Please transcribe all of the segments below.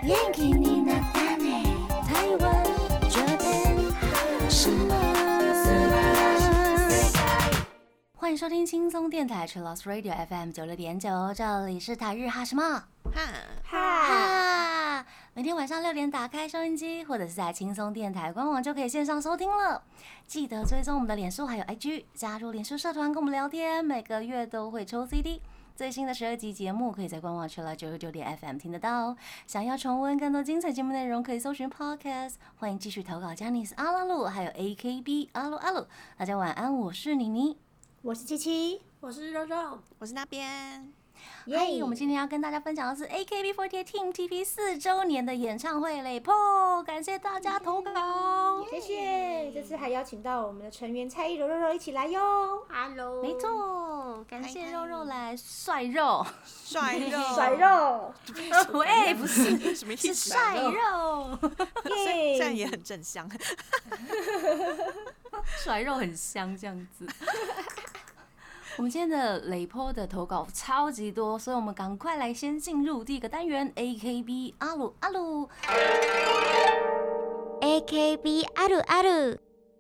元気になったね台湾这边什么欢迎收听轻松电台 Chillus Radio FM 96.9，这里是台日哈什么哈，每天晚上6点打开收音机，或者是在轻松电台官网就可以线上收听了。记得追踪我们的脸书还有 IG， 加入脸书社团跟我们聊天，每个月都会抽 CD。最新的12集节目可以在官网Chillus99.FM 听得到。想要重温更多精彩节目内容，可以搜寻 Podcast。欢迎继续投稿Janice阿拉鲁，还有 AKB 阿鲁阿鲁。大家晚安，我是妮妮， 我是七七， 我是肉肉， 我是那边。 嗨，我们今天要跟大家分享的是 AKB48 Team TP 4周年的演唱会嘞！感谢大家投稿， 谢谢。这次还邀请到我们的成员蔡依柔肉肉一起来哟。 Hello， 没错，感谢肉肉来帅肉， 帅肉， 甩肉。 喂，不是， 什么意思？ 是帅肉， 这样也很正向。 甩肉很香，这样子。我们今天的雷波的投稿超级多，所以我们赶快来先进入第一个单元 AKB 阿鲁阿鲁 AKB 阿鲁阿鲁。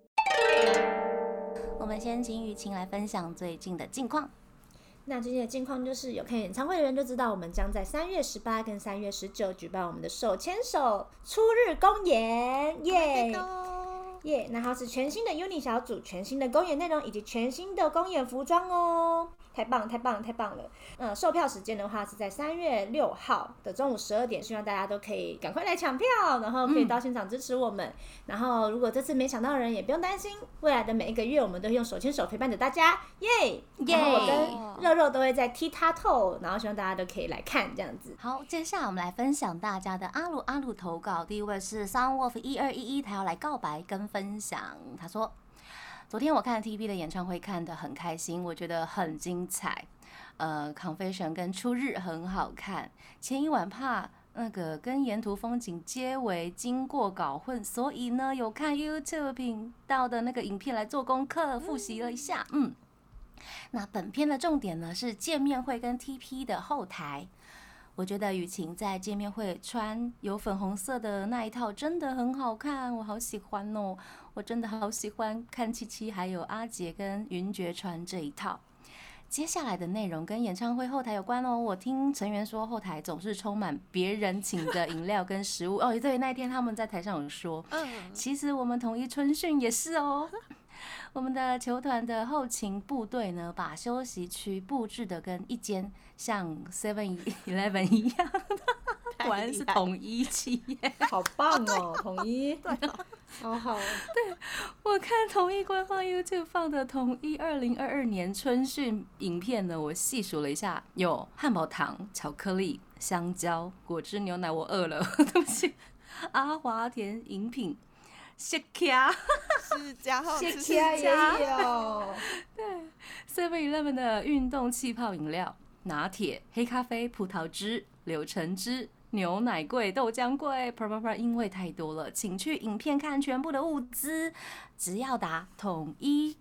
我们先请雨晴来分享最近的近况。 那最近的近况就是有看演唱会的人就知道，我们将在3月18跟3月19举办我们的手牵手初日公演，耶！耶！然后是全新的 UNI 小组、全新的公演内容以及全新的公演服装哦，太棒了，太棒了，太棒了！售票时间的话是在3月6号的中午12点，希望大家都可以赶快来抢票，然后可以到现场支持我们。然后如果这次没抢到的人也不用担心，未来的每一个月我们都会用手牵手陪伴着大家，耶！然后我跟肉肉都会在踢他透，然后希望大家都可以来看这样子。 好，接下来我们来分享大家的阿鲁阿鲁投稿。第一位是 Sunwolf1211，他要来告白跟分享。他说，昨天我看 TP 的演唱会看得很开心，我觉得很精彩。Confession 跟初日很好看，前一晚怕那个跟沿途风景皆为经过搞混，所以呢有看 YouTube 频道的那个影片来做功课，复习了一下。那本片的重点呢是见面会跟 TP 的后台。我觉得雨晴在见面会穿有粉红色的那一套真的很好看，我好喜欢哦！我真的好喜欢看七七还有阿杰跟云爵穿这一套。接下来的内容跟演唱会后台有关哦。我听成员说后台总是充满别人请的饮料跟食物哦。对，那一天他们在台上有说，其实我们统一春训也是哦。我们的球团的后勤部队呢，把休息区布置的跟一间像 7-Eleven 一样的，果然是统一企业， 好棒哦，统一，对，好好。 对，我看统一官方 YouTube 放的统一2022年春训影片呢，我细数了一下，有汉堡糖、巧克力、香蕉、果汁、牛奶，我饿了，对不起，阿华田饮品。雪茄是加号， 雪茄也有。 对 ，7-Eleven 的运动气泡饮料、拿铁、黑咖啡、葡萄汁、柳橙汁、牛奶柜、豆浆柜，因为太多了，请去影片看全部的物资，只要打统一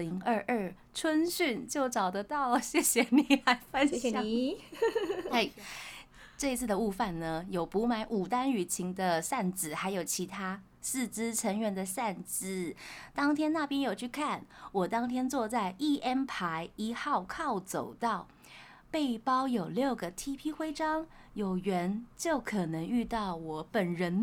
2022春训就找得到。谢谢你来分享， 谢谢你。 这一次的悟饭呢，有补买武丹雨晴的扇子，还有其他4支成员的扇子。当天那边有去看，我当天坐在 EM 排1号靠走道，背包有6个 TP 徽章，有缘就可能遇到我本人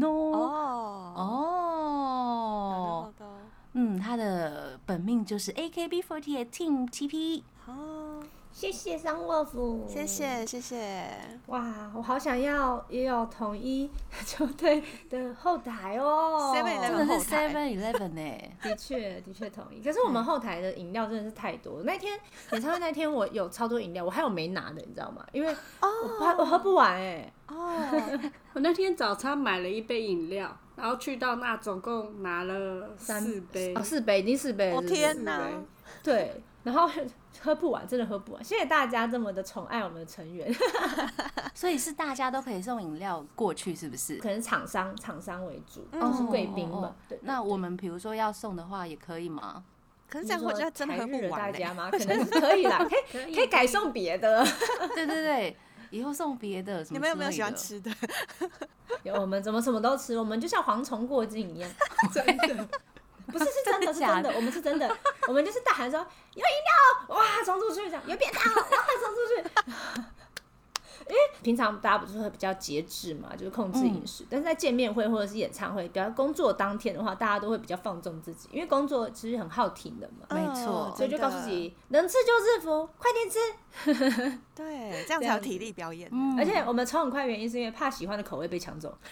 哦。他的本命就是 AKB48 Team TP。 谢谢桑沃夫， 谢谢。 哇，我好想要也有统一球队的后台哦， 真的是 7-Eleven 哎， 的确统一。可是我们后台的饮料真的是太多了。那天演唱会那天我有超多饮料，我还有没拿的，你知道吗？因为我喝不完哎。 我那天早餐买了1杯饮料，然后去到那总共拿了4杯 ，4杯已经4杯了。 我天哪！ 对。然后喝不完，真的喝不完。谢谢大家这么的宠爱我们的成员。 所以是大家都可以送饮料过去，是不是？ 可能厂商为主，就是贵宾们。对。 那我们比如说要送的话，也可以吗？ 可是这样我觉得真的喝不完。 大家吗？可能是可以啦，可以改送别的。 对，以后送别的什么之类的。 你们有没有喜欢吃的？ 我们怎么什么都吃，我们就像蝗虫过境一样。 真的。 不是，是真的，是真的，我们是真的，我们就是大喊说有饮料，哇，冲出去这样，有便当，哇，冲出去。因为平常大家不是会比较节制嘛，就是控制饮食，但是在见面会或者是演唱会，比较工作当天的话，大家都会比较放纵自己，因为工作其实很耗体能嘛， 没错， 所以就告诉自己能吃就日服，快点吃。 对，这样才有体力表演。 而且我们冲很快，原因是因为怕喜欢的口味被抢走。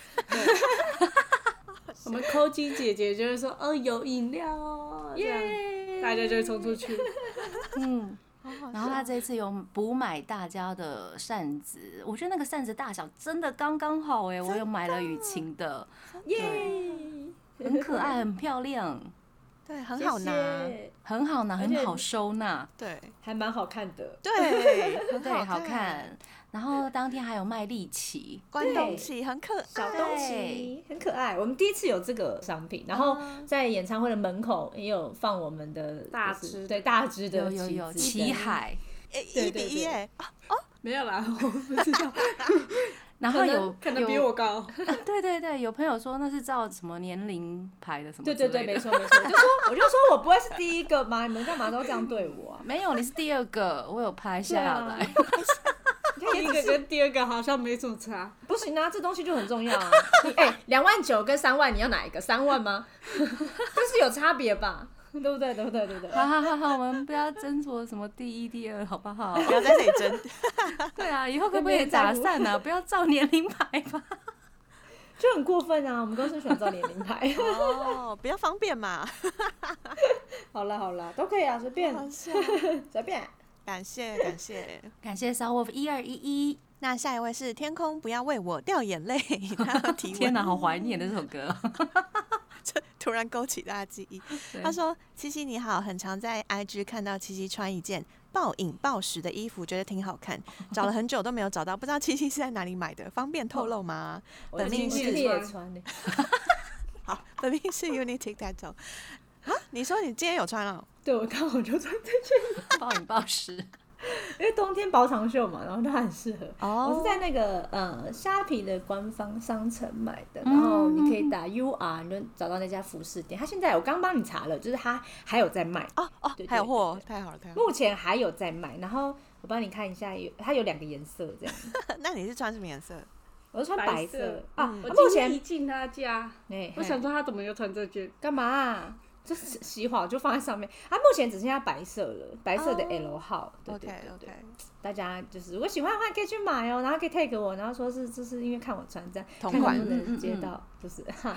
我们抠机姐姐就会说哦有饮料哦，这样大家就会冲出去。 然后他这一次有补买大家的扇子，我觉得那个扇子大小真的刚刚好哎，我有买了雨晴的， 耶， 很可爱，很漂亮， 对，很好拿， 很好拿，很好收纳， 对， 还蛮好看的， 对， 对，好看。然后当天还有卖力旗， 关东旗很可爱， 小东西很可爱。我们第一次有这个商品，然后在演唱会的门口也有放我们的大只， 对大只的有旗海 ，1:1哎， 没有啦，我不知道。 然后可能比我高。 对对对，有朋友说那是照什么年龄排的什么之类的， 对对对，没错没错。我就说我不会是第一个吗？你们干嘛都这样对我啊？ 没有，你是第二个，我有拍下来。 第一个跟第二个好像没什么差。 不行啊，这东西就很重要啊。29000跟3万，你要哪一个？3万吗？这是有差别吧？对不对？对不对？对不对？ 好，我们不要争夺什么第一、第二，好不好？ 不要在这里争。 对啊，以后可不可以打散啊？不要照年龄排吧。 就很过分啊！我们公司喜欢照年龄排。 哦，比较方便嘛。 好啦，都可以啊，随便，随便。 感谢感谢 Soundwolf 1211。 那下一位是天空不要为我掉眼泪， 天哪，好怀念这首歌。 突然勾起大家记忆。他说：七七你好，很常在 IG 看到七七穿一件暴饮暴食的衣服，觉得挺好看，找了很久都没有找到，不知道七七是在哪里买的，方便透露吗？ 本命是也穿的。 好，本命是 Unity Tattoo。啊，你说你今天有穿哦？ 对，我刚好就穿这件暴饮暴食， 因为冬天薄长袖嘛，然后它很适合。我是在那个虾皮的官方商城买的，然后你可以打 UR， 你就找到那家服饰店。它现在我刚帮你查了，就是它还有在卖对，还有货，太好了。 目前还有在卖，然后我帮你看一下，它有2个颜色这样。 那你是穿什么颜色？ 我是穿白色啊。 我目前一进他家，我想说他怎么又穿这件？ 干嘛啊？就是洗好就放在上面。它目前只剩下白色了，白色的 L 号。 OK， 大家就是如果喜欢的话可以去买哦，然后可以 tag 我，然后说是就是因为看我穿这样， 同款看能不能接到，就是哈，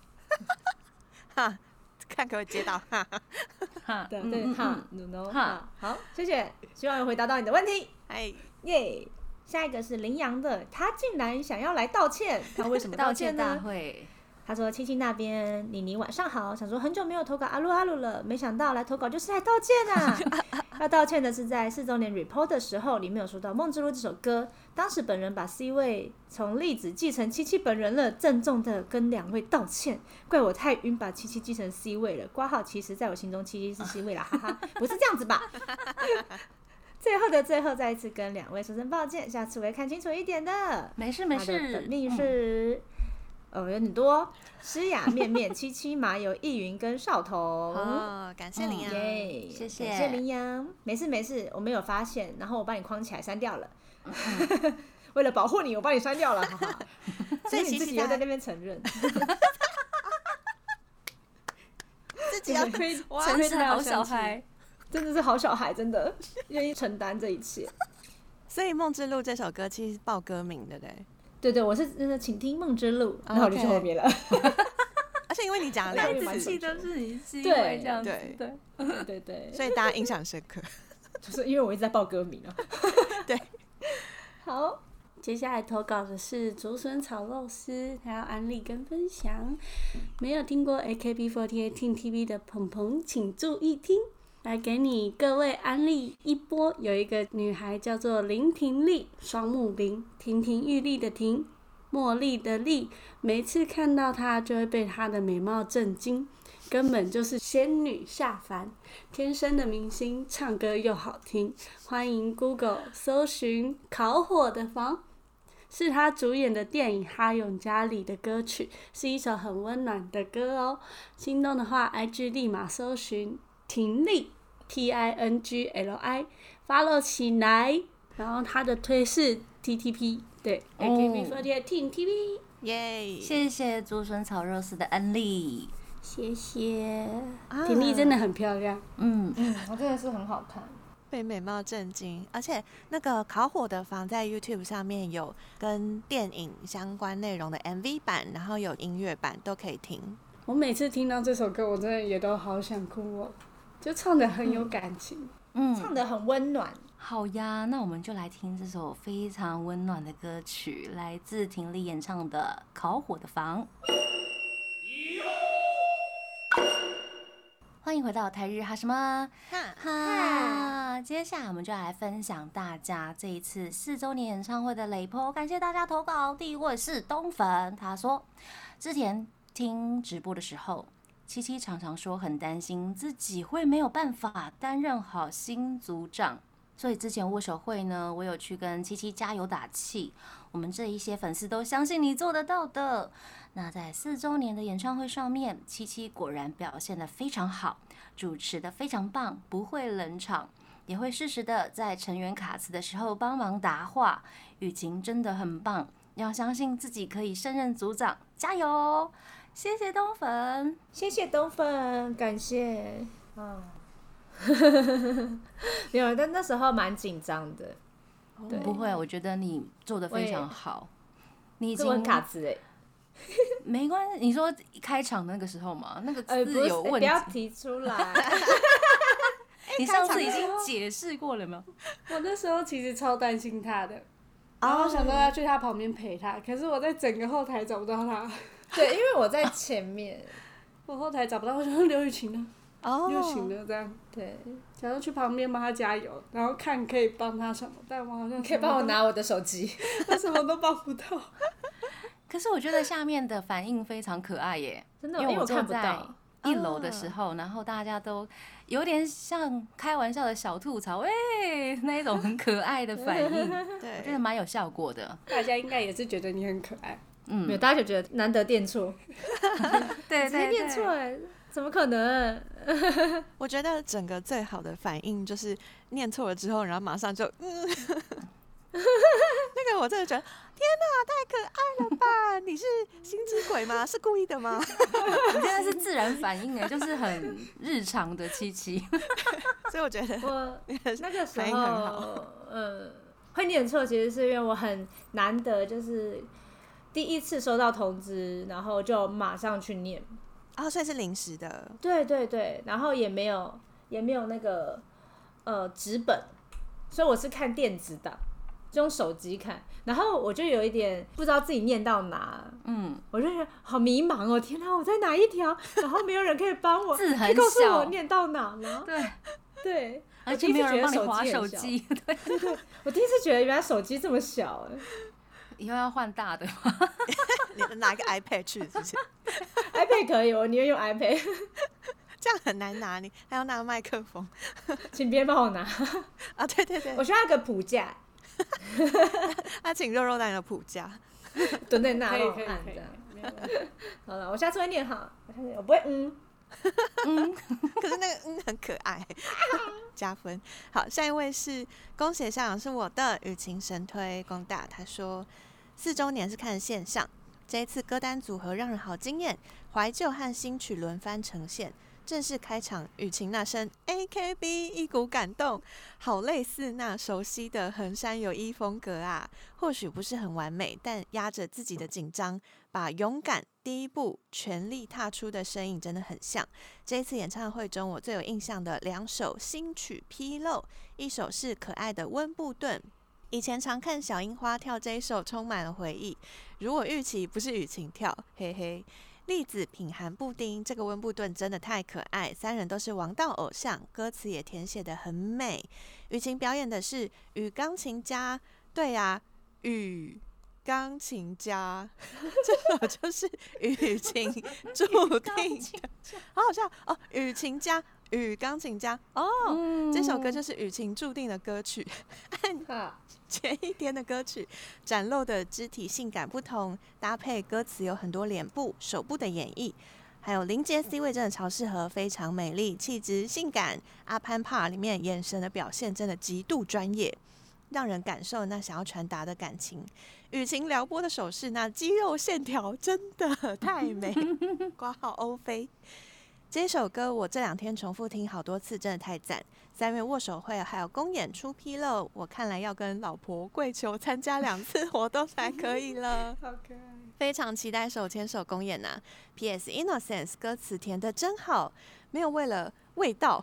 看可不可以接到哈， 对哈哈，好，谢谢，希望有回答到你的问题。 哎耶，下一个是羚羊的，他竟然想要来道歉，他为什么道歉呢？ 道歉大会。 他说：“七七那边，妮晚上好，想说很久没有投稿阿鲁了，没想到来投稿就是来道歉啊！要道歉的是在4周年 report 的时候，里面有说到《梦之路》这首歌，当时本人把 C 位从栗子继承七七本人了，郑重的跟2位道歉，怪我太晕把七七继承 C 位了，括号其实在我心中七七是 C 位啦，哈哈，不是这样子吧？最后的最后，再一次跟2位说声抱歉，下次我会看清楚一点的。 没事。 他的本命是。”有很多诗雅、面面、七七、麻油、易云跟少彤。 感谢羚羊， 谢谢， 感谢羚羊。没事，我没有发现，然后我帮你框起来删掉了。为了保护你，我帮你删掉了，哈哈。所以你自己又在那边承认， 自己要真是好小孩， 真的是好小孩，真的愿意承担这一切。 所以《梦之路》这首歌其实是报歌名，对不对？ 对，我是真的，请听《梦之路》，然后我就去后面了。 而且因为你讲了2 次，记得是你是因为这样子， 对， 所以大家印象深刻。 就是因为我一直在报歌名啊。 对， 好， 接下来投稿的是竹笋炒肉丝，他要安利跟分享。没有听过 AKB48 Team TV 的鹏鹏，请注意听。来给你各位安利一波，有一个女孩叫做林婷丽，双木林，亭亭玉立的亭，茉莉的莉，每次看到她就会被她的美貌震惊，根本就是仙女下凡，天生的明星，唱歌又好听，欢迎 Google 搜寻烤火的房。 是他主演的电影《哈勇家》里的歌曲，是一首很温暖的歌哦。心动的话 ，IG 立马搜寻婷丽 TINGLI follow 起来。然后他的推是 TTP， 对、AKB48 Team TV。 耶！ 谢谢竹笋炒肉丝的安利， 谢谢。婷丽真的很漂亮， 我真的是很好看。 被美貌震惊，而且那个烤火的房在 YouTube 上面有跟电影相关内容的 MV 版，然后有音乐版都可以听。 我每次听到这首歌，我真的也都好想哭哦，就唱得很有感情， 唱得很温暖。 好呀，那我们就来听这首非常温暖的歌曲，来自婷丽演唱的《烤火的房》。欢迎回到台日哈什么哈，接下来我们就来分享大家这一次4周年演唱会的累 po， 感谢大家投稿。第一位是东粉，他说之前听直播的时候，七七常常说很担心自己会没有办法担任好新组长，所以之前握手会呢，我有去跟七七加油打气，我们这一些粉丝都相信你做得到的。那在4周年的演唱会上面，七七果然表现得非常好，主持得非常棒，不会冷场，也会适时的在成员卡词的时候帮忙答话，雨晴真的很棒，要相信自己可以胜任组长，加油！谢谢东粉， 谢谢东粉，感谢。没有，但那时候蛮紧张的。对， 不会，我觉得你做得非常好。你已经很卡词没关系，你说开场那个时候嘛，那个字有问题， 不要提出来。 你上次已经解释过了吗？ 我那时候其实超担心他的，然后想说要去他旁边陪他，可是我在整个后台找不到他。 对，因为我在前面， 我后台找不到，我想说刘雨晴呢？刘雨晴呢？这样。 对， 想要去旁边帮他加油，然后看可以帮他什么，但我好像可以帮我拿我的手机， 我什么都帮不到。 可是我觉得下面的反应非常可爱耶， 真的， 因为我看不到。 1楼的时候，然后大家都有点像开玩笑的小吐槽，喂，那一种很可爱的反应， 对， 我觉得蛮有效果的。 大家应该也是觉得你很可爱， 没有，大家就觉得难得念错， 对直接念错哎，怎么可能？ 我觉得整个最好的反应就是念错了之后，然后马上就那个我真的觉得，天哪，太可爱了吧！你是心机鬼吗？是故意的吗？ 你现在是自然反应哎，就是很日常的七七。 所以我觉得我那个时反应很好候，会念错，其实是因为我很难得，就是第一次收到通知，然后就马上去念。 所以是临时的。 对对对，然后也没有那个纸本，所以我是看电子档。就用手机看，然后我就有一点不知道自己念到哪，我就觉得好迷茫哦，天哪，我在哪一条？然后没有人可以帮我， 字很小， 可以告诉我念到哪吗？对， 而且没有人帮你滑手机， 对，我第一次觉得原来手机这么小， 以后要换大的吗？ 你拿一个 iPad 去是不是 ？iPad 可以，我宁愿用 iPad。 这样很难拿，你还要拿麦克风， 请别人帮我拿啊！对对对， 我需要一个谱架。 请肉肉当你的谱架， 蹲在那按这样。好了，我下次会念好，我不会可是那个很可爱，加分。好，下一位是恭喜校长是我的雨晴神推龚大，他说4周年是看线上，这一次歌单组合让人好惊艳，怀旧和新曲轮番呈现。正式开场，雨晴那声 AKB 一股感动，好类似那熟悉的横山有一风格啊。或许不是很完美，但压着自己的紧张，把勇敢第一步全力踏出的身影真的很像。这一次演唱会中，我最有印象的2首新曲披露，一首是可爱的温布顿。以前常看小樱花跳这一首，充满了回忆。如我预期，不是雨晴跳，嘿嘿。栗子品含布丁，这个温布顿真的太可爱，3人都是王道偶像，歌词也填写得很美。雨晴表演的是与钢琴家，对啊，与钢琴家，这首就是雨晴注定的，好好笑哦，雨晴加雨钢琴家哦，这首歌就是雨晴注定的歌曲。和前一天的歌曲展露的肢体性感不同，搭配歌词有很多脸部、手部的演绎，还有林杰 C 位真的超适合，非常美丽、气质、性感。阿潘帕里面眼神的表现真的极度专业，让人感受那想要传达的感情。雨晴撩拨的手势，那肌肉线条真的太美。括号欧菲。这首歌我这2天重复听好多次，真的太赞。3月握手会还有公演出纰漏，我看来要跟老婆跪求参加2次活动才可以了。 好可爱， 非常期待手牵手公演啊。PS Innocence 歌词填得真好，没有为了味道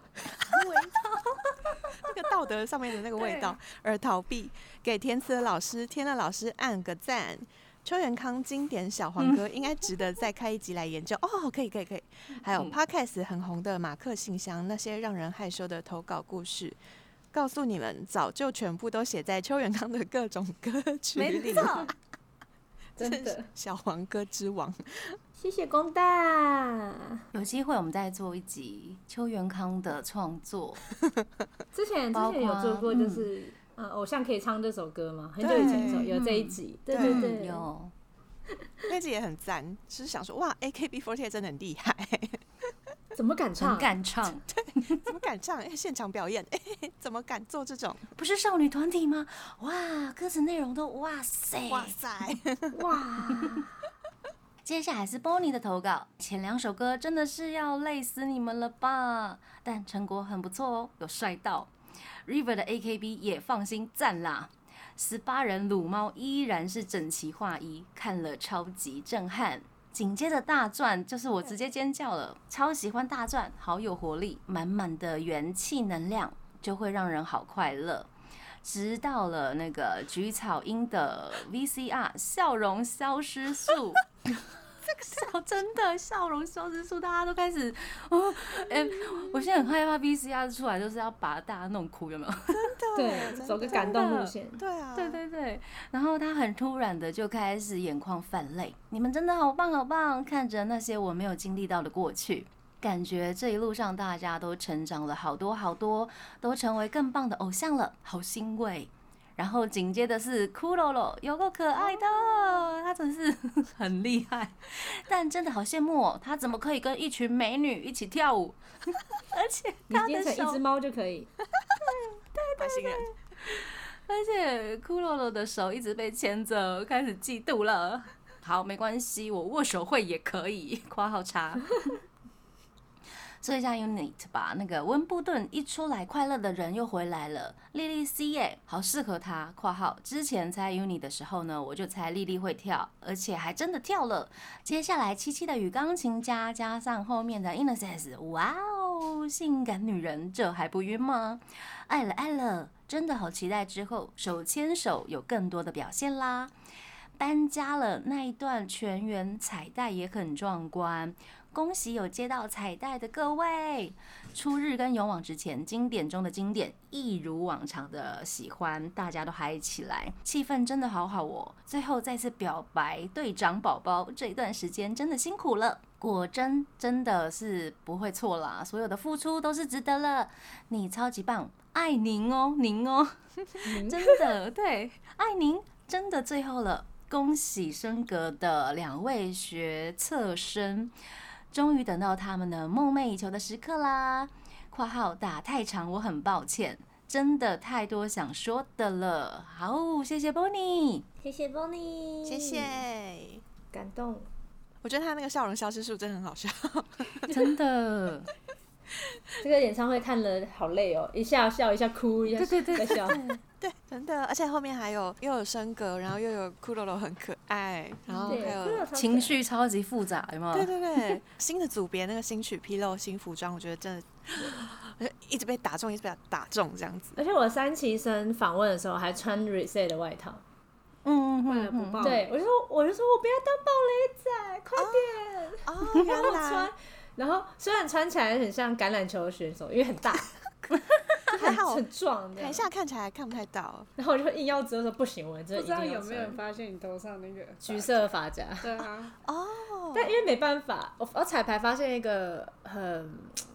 那个道德上面的那个味道而逃避，给填词的老师、天乐老师按个赞。邱元康经典小黄歌应该值得再开一集来研究哦，可以。还有 Podcast 很红的马克信箱，那些让人害羞的投稿故事，告诉你们，早就全部都写在邱元康的各种歌曲里。 没错，真的小黄歌之王。 谢谢公大。 有机会我们再做一集邱元康的创作。 之前有做过，就是偶像可以唱这首歌吗？很久以前有这一集，对， 有那集也很赞，就是想说哇 ，AKB48 真的很厉害， 怎么敢唱？ 很敢唱， 对，怎么敢唱？现场表演，怎么敢做这种？ 不是少女团体吗？哇，歌词内容都哇塞， 哇塞， 哇！ 接下来是 Bonnie 的投稿，前2首歌真的是要累死你们了吧？但成果很不错哦，有帅到。River 的 AKB 也放心赞啦，18人鲁猫依然是整齐划一，看了超级震撼。紧接着大钻就是我直接尖叫了，超喜欢大钻，好有活力，满满的元气能量，就会让人好快乐。直到了那个菊草樱的 VCR 笑容消失术。这个真的笑容消失术，大家都开始我现在很害怕 VCR 出来就是要把大家弄哭，有没有？ 对，走个感动路线。 对啊， 对。然后他很突然的就开始眼眶泛泪，你们真的好棒好棒！看着那些我没有经历到的过去，感觉这一路上大家都成长了好多好多，都成为更棒的偶像了，好欣慰。然后紧接着是骷髅罗，有够可爱的，他真是很厉害，但真的好羡慕哦，他怎么可以跟一群美女一起跳舞？而且他的手你变成一只猫就可以， 对，外星人。 而且骷髅罗的手一直被牵着，开始嫉妒了。好，没关系，我握手会也可以。括号叉。说一下 unit 吧，那个温布顿一出来，快乐的人又回来了。莉莉 C 耶，好适合她。括号之前猜 unit 的时候呢，我就猜莉莉会跳，而且还真的跳了。接下来七七的雨钢琴家加上后面的 Innocence， 哇哦，性感女人，这还不晕吗？爱了爱了，真的好期待之后手牵手有更多的表现啦。搬家了那一段全员彩带也很壮观。恭喜有接到彩带的各位！初日跟勇往直前，经典中的经典，一如往常的喜欢，大家都嗨起来，气氛真的好好哦。最后再次表白队长宝宝，这一段时间真的辛苦了，果真的是不会错啦，所有的付出都是值得了，你超级棒，爱您哦，您哦，真的对，爱您，真的最后了，恭喜升格的2位学测生。终于等到他们的梦寐以求的时刻啦！括号打太长，我很抱歉，真的太多想说的了。好，谢谢 Bonnie， 谢谢 Bonnie， 谢谢， 感动。 我觉得他那个笑容消失术真的很好笑， 真的。 这个演唱会看了好累哦，一下笑一下哭，一下再笑。 对，真的，而且后面还有又有升格，然后又有骷髅罗很可爱，然后还有情绪超级复杂，有没有？ 对，新的组别那个新曲披露、新服装，我觉得真的一直被打中，一直被打中这样子。 而且我3期生访问的时候还穿 Reset 的外套， 为了不爆， 对，我就说我不要当暴雷仔，快点哦，原来穿。然后虽然穿起来很像橄榄球选手，因为很大， 还好很壮， 台下看起来看不太到。 然后我就硬要遮说不行，我这不知道有没有人发现你头上那个橘色发夹？ 对啊， 哦， 但因为没办法，我彩排发现一个很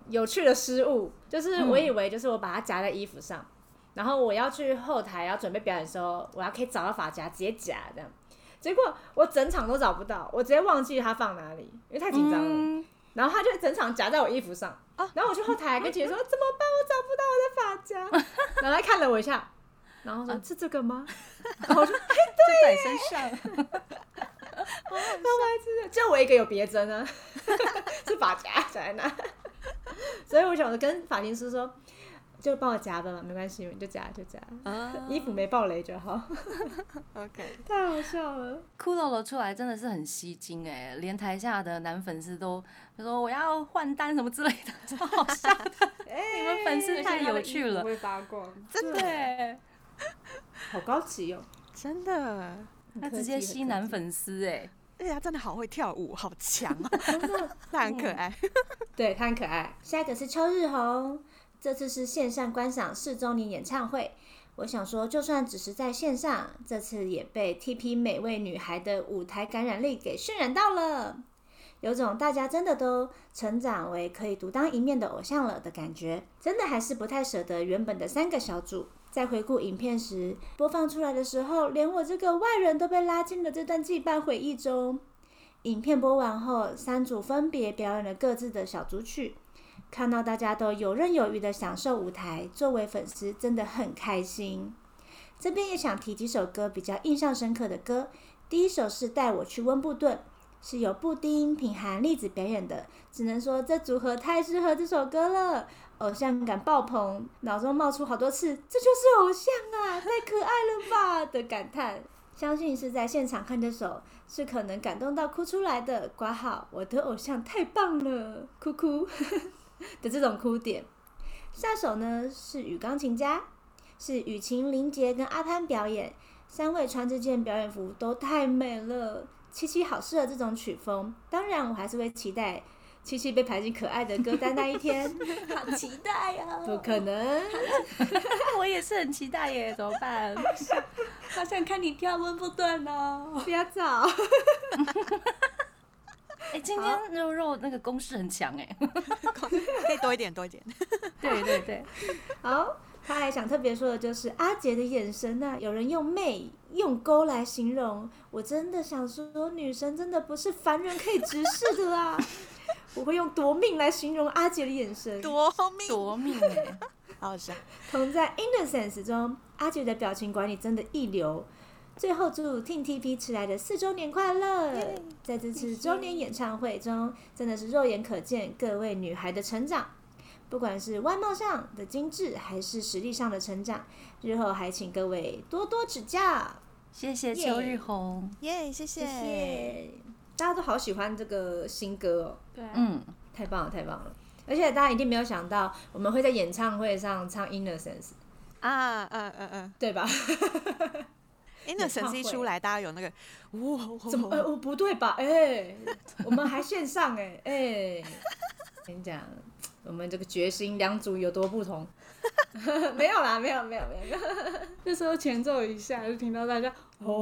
有趣的失误，就是我以为就是我把它夹在衣服上，然后我要去后台要准备表演的时候，我要可以找到发夹直接夹这样。结果我整场都找不到，我直接忘记它放哪里，因为太紧张了。然后它就整场夹在我衣服上，然后我去后台跟姐姐说怎么办，我找不到我的发夹。然后她看了我一下，然后说是这个吗？然后我说对在你身上。 好白痴，就我一个有别针啊，是发夹夹在那。所以我想跟发型师说，就帮我夹吧，没关系，你就夹就夹，衣服没爆雷就好。 OK， 太好笑了。 骷髅楼出来真的是很吸睛哎，连台下的男粉丝都就说我要换单什么之类的，超好笑的。你们粉丝太有趣了， 会发光， 真的对， 好高级哦， 真的， 他直接吸男粉丝哎。 而且他真的好会跳舞，好强啊！他很可爱。 对，他很可爱。下一个是邱日红，这次是线上观赏4周年演唱会。我想说，就算只是在线上，这次也被 TP 每位女孩的舞台感染力给渲染到了，有种大家真的都成长为可以独当一面的偶像了的感觉。真的还是不太舍得原本的3个小组。在回顾影片时，播放出来的时候，连我这个外人都被拉进了这段羁绊回忆中。影片播完后，3组分别表演了各自的小组曲，看到大家都游刃有余的享受舞台，作为粉丝真的很开心。这边也想提几首歌比较印象深刻的歌，第一首是《带我去温布顿》，是由布丁、品涵、栗子表演的，只能说这组合太适合这首歌了。偶像感爆棚，脑中冒出好多次这就是偶像啊，太可爱了吧的感叹。相信是在现场看这首是可能感动到哭出来的，括号我的偶像太棒了，哭哭的这种哭点。下首呢是雨钢琴家，是雨晴、林杰跟阿潘表演，3位穿这件表演服都太美了，七七好适合这种曲风。当然我还是会期待七七被排进可爱的歌单那一天， 好期待啊！ 不可能， 我也是很期待耶，怎么办？ 好想看你跳温布顿哦！ 不要找。 今天肉肉那个攻势很强哎， 可以多一点，多一点。 对对对， 好，他还想特别说的就是阿杰的眼神啊，有人用媚、用勾来形容，我真的想说，女神真的不是凡人可以直视的啦。我会用夺命来形容阿杰的眼神， 夺命， 夺命哎， 好笑。 同在 Innocence 中，阿杰的表情管理真的一流。最后祝 Team TP 迟来的4周年快乐！在这次周年演唱会中，真的是肉眼可见各位女孩的成长，不管是外貌上的精致，还是实力上的成长，日后还请各位多多指教。 谢谢邱日红， 耶，谢谢。 谢谢，大家都好喜欢这个新歌哦。 对啊， 太棒了，太棒了！而且大家一定没有想到，我们会在演唱会上唱 Innocence 对吧 ？Innocence 一出来，大家有那个， 怎么？不对吧？我们还线上跟你讲，我们这个决心2组有多不同？没有啦，没有。 那时候前奏一下就听到大家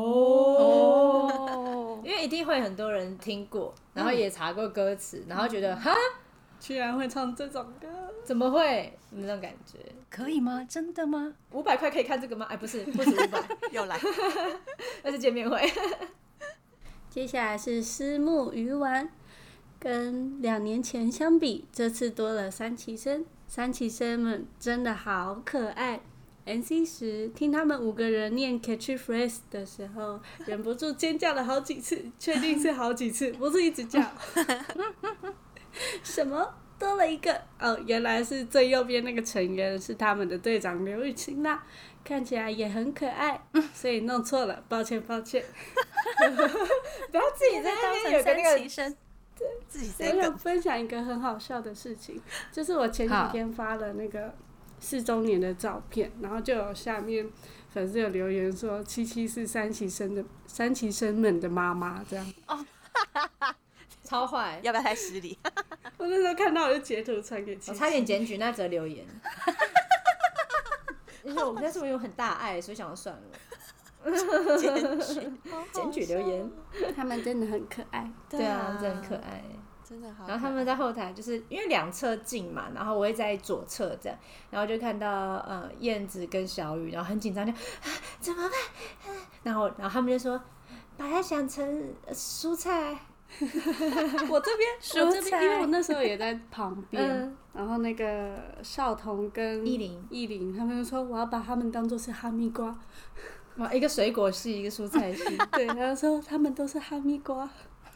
因为一定会很多人听过，然后也查过歌词，然后觉得哈， 居然会唱这种歌， 怎么会？那种感觉。 可以吗？真的吗 ？500块可以看这个吗？不是，不止500， 又来， 那是见面会。 接下来是虱目鱼丸，跟2年前相比，这次多了3期生，3期生们真的好可爱。NC 时听他们5个人念 catchphrase 的时候，忍不住尖叫了好几次，确定是好几次，不是一直叫。什么？多了一个哦，原来是最右边那个成员是他们的队长刘雨晴啦，看起来也很可爱，所以弄错了，抱歉。 不要自己在那边有个那个， 自己在我想分享一个很好笑的事情，就是我前几天发了那个4周年的照片，然后就有下面粉丝有留言说七七是3期生们的妈妈这样。 超坏， 要不要太失礼？ 我那时候看到我就截图传给七七， 我差点检举那则留言。因为我们那时候有很大爱，所以想要算了。检举留言， 他们真的很可爱。 对啊，真的很可爱。 真的好。 然后他们在后台就是因为两侧近嘛，然后我会在左侧这样，然后就看到燕子跟小雨，然后很紧张就怎么办？然后他们就说把它想成蔬菜。 我这边，因为我那时候也在旁边，然后那个少彤跟依林他们就说我要把他们当作是哈密瓜， 哇，一个水果系，一个蔬菜系， 对，他说他们都是哈密瓜，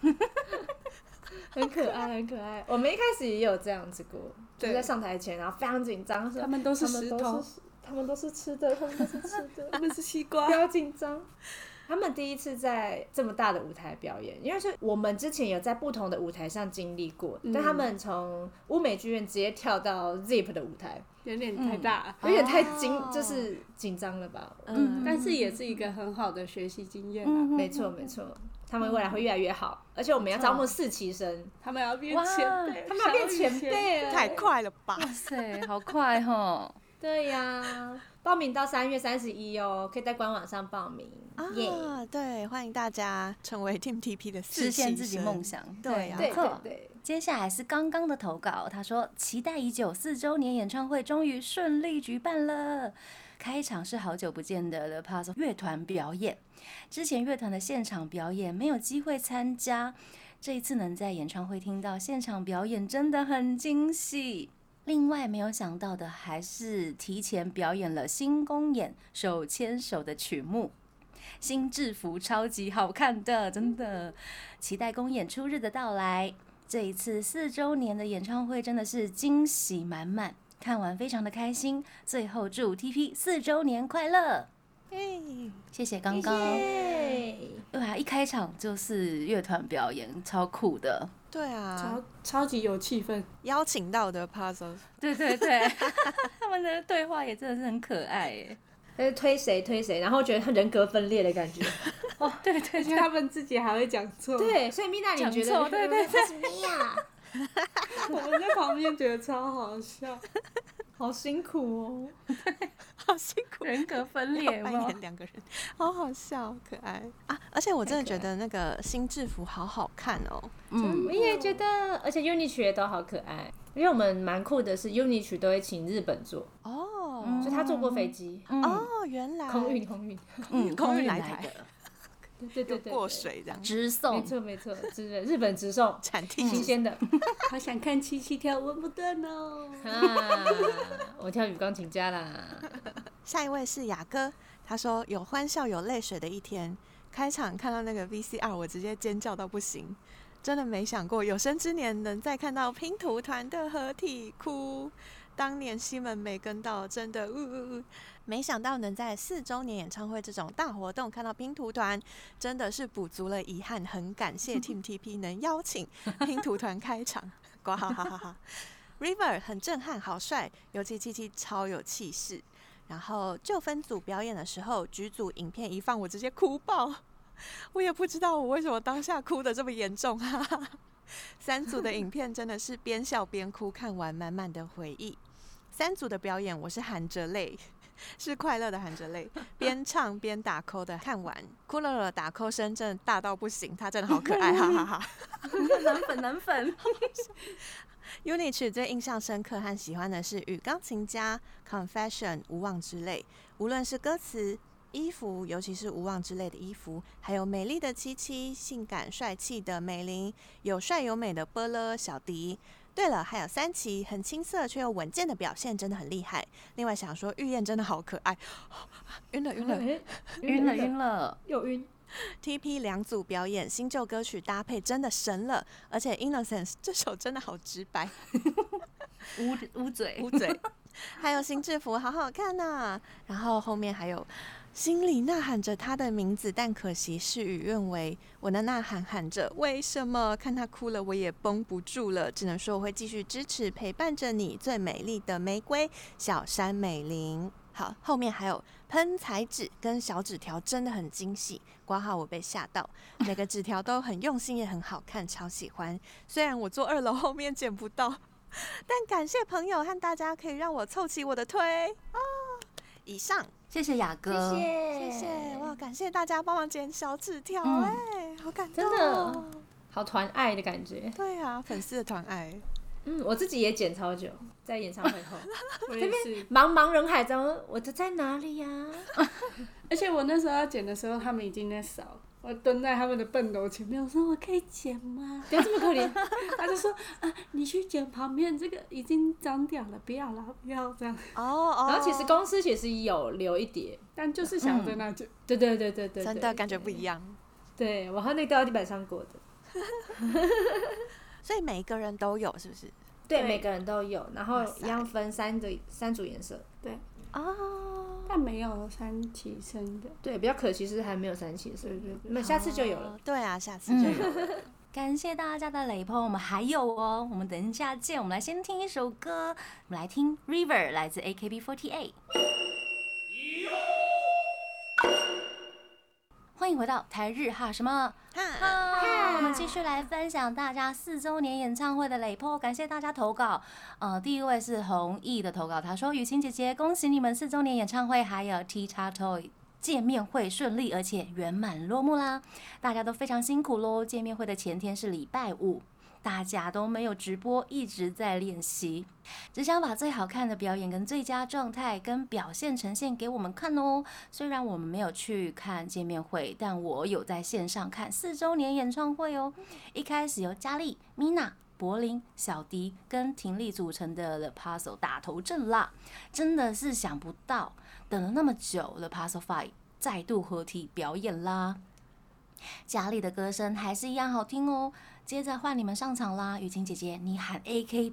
很可爱，很可爱。我们一开始也有这样子过，就是在上台前，然后非常紧张，说他们都是石头， 他们都是吃的，他们都是吃的， 他们是西瓜， 不要紧张。他们第一次在这么大的舞台表演，因为是我们之前有在不同的舞台上经历过，但他们从乌美剧院直接跳到 Zip 的舞台， 有点太大， 有点太就是紧张了吧？ 但是也是一个很好的学习经验啊。 没错没错，他们未来会越来越好，而且我们要招募4期生， 他们要变前辈， 他们要变前辈了， 太快了吧？ 哇塞，好快哦！ 对呀，报名到3月31哦，可以在官网上报名啊。对，欢迎大家成为 Team TP 的4期生， 实现自己梦想。 对啊， 对。 接下来是刚刚的投稿，他说期待已久4周年演唱会终于顺利举办了。开场是好久不见的 The Puzzle 乐团表演，之前乐团的现场表演没有机会参加，这一次能在演唱会听到现场表演真的很惊喜。另外没有想到的还是提前表演了新公演手牵手的曲目，新制服超级好看的，真的期待公演初日的到来。这一次4周年的演唱会真的是惊喜满满，看完非常的开心。最后祝 TP 4周年快乐！谢谢刚刚。对啊，一开场就是乐团表演，超酷的。 对啊， 超级有气氛。 邀请到的 Puzzle， 对，他们的对话也真的是很可爱耶。 但是推谁，然后觉得他人格分裂的感觉。 哦，对， 而且他们自己还会讲错。 对，所以米娜你觉得对， 他是米娅？ 我们在旁边觉得超好笑。 好辛苦哦， 好辛苦， 人格分裂， 扮演2个人，好好笑，可爱啊！而且我真的觉得那个新制服好好看哦。 我也觉得，而且 UNI 也都好可爱。因为我们蛮酷的是 UNI 都会请日本做哦， 所以他坐过飞机哦，原来空运， 空运来台的。 对， 过水这样直送，没错，日本直送， 产地新鲜的。 好想看七七跳文不断哦！ 我跳雨钢琴家啦。 下一位是雅哥，他说有欢笑有泪水的一天。开场看到那个 VCR， 我直接尖叫到不行，真的没想过有生之年能再看到拼图团的合体，哭。当年西门没跟到，真的没想到能在4周年演唱会这种大活动看到拼图团，真的是补足了遗憾。很感谢 Team TP 能邀请拼图团开场，呱哈哈哈哈。River 很震撼，好帅，尤其七七超有气势。然后就分组表演的时候，局组影片一放，我直接哭爆。我也不知道我为什么当下哭得这么严重哈哈。3组的影片真的是边笑边哭，看完满满的回忆。3组的表演我是含着泪，是快乐的含着泪，边唱边打 call 的看完，哭了打 call 声真的大到不行，他真的好可爱，哈哈哈。 男粉。 UNI 曲最印象深刻和喜欢的是与钢琴家 Confession 无望之泪，无论是歌词、衣服，尤其是无望之类的衣服，还有美丽的七七、性感帅气的美玲，有帅有美的波勒、小迪。对了，还有3期很青涩却又稳健的表现，真的很厉害。另外想说，玉燕真的好可爱，晕了， 又晕。 TP 2组表演新旧歌曲搭配真的神了，而且 Innocence 这首真的好直白， 捂嘴， 还有新制服好好看啊。然后后面还有心里呐喊着他的名字，但可惜事与愿违。我的呐喊喊着为什么，看他哭了我也绷不住了，只能说我会继续支持陪伴着你，最美丽的玫瑰小山美玲。好，后面还有喷彩纸跟小纸条，真的很惊喜，括号我被吓到，每个纸条都很用心也很好看，超喜欢。虽然我坐2楼后面捡不到，但感谢朋友和大家可以让我凑齐我的推啊！以上， 谢谢雅哥， 谢谢哇！感谢大家帮忙捡小纸条，好感动， 真的好团爱的感觉。 对啊，粉丝的团爱。 我自己也剪超久，在演唱会后， 我也是。 茫茫人海中，我的在哪里呀？ 而且我那时候要剪的时候，他们已经在扫，我蹲在他们的笨楼前面，我说我可以剪吗？ 不要这么可怜。 他就说你去剪旁边这个已经脏掉了，不要啦，不要这样。 然后其实公司其实有留一叠， 但就是想着那就对， 真的感觉不一样。 对，我和那掉到地板上过的。 所以每一个人都有，是不是？ 对，每个人都有，然后一样分三组颜色。 对但没有3期生的。 对，比较可惜是还没有3期生。对，下次就有了。 对啊，下次就有了。 感谢大家的雷朋，我们还有哦，我们等一下见。我们来先听一首歌，我们来听 River 来自 AKB48。欢迎回到台日哈什么哈，我们继续来分享大家4周年演唱会的雷po，感谢大家投稿。第一位是弘毅的投稿，他说：雨晴姐姐，恭喜你们4周年演唱会还有 T-Toy 见面会顺利而且圆满落幕啦，大家都非常辛苦咯。见面会的前天是礼拜五，大家都没有直播，一直在练习，只想把最好看的表演跟最佳状态跟表现呈现给我们看哦。虽然我们没有去看见面会，但我有在线上看4周年演唱会哦。一开始由嘉丽、Mina、柏林、小迪跟婷丽组成的 The Puzzle 打头阵啦，真的是想不到，等了那么久 The Puzzle 5再度合体表演啦。嘉丽的歌声还是一样好听哦。接着换你们上场啦，雨晴姐姐，你喊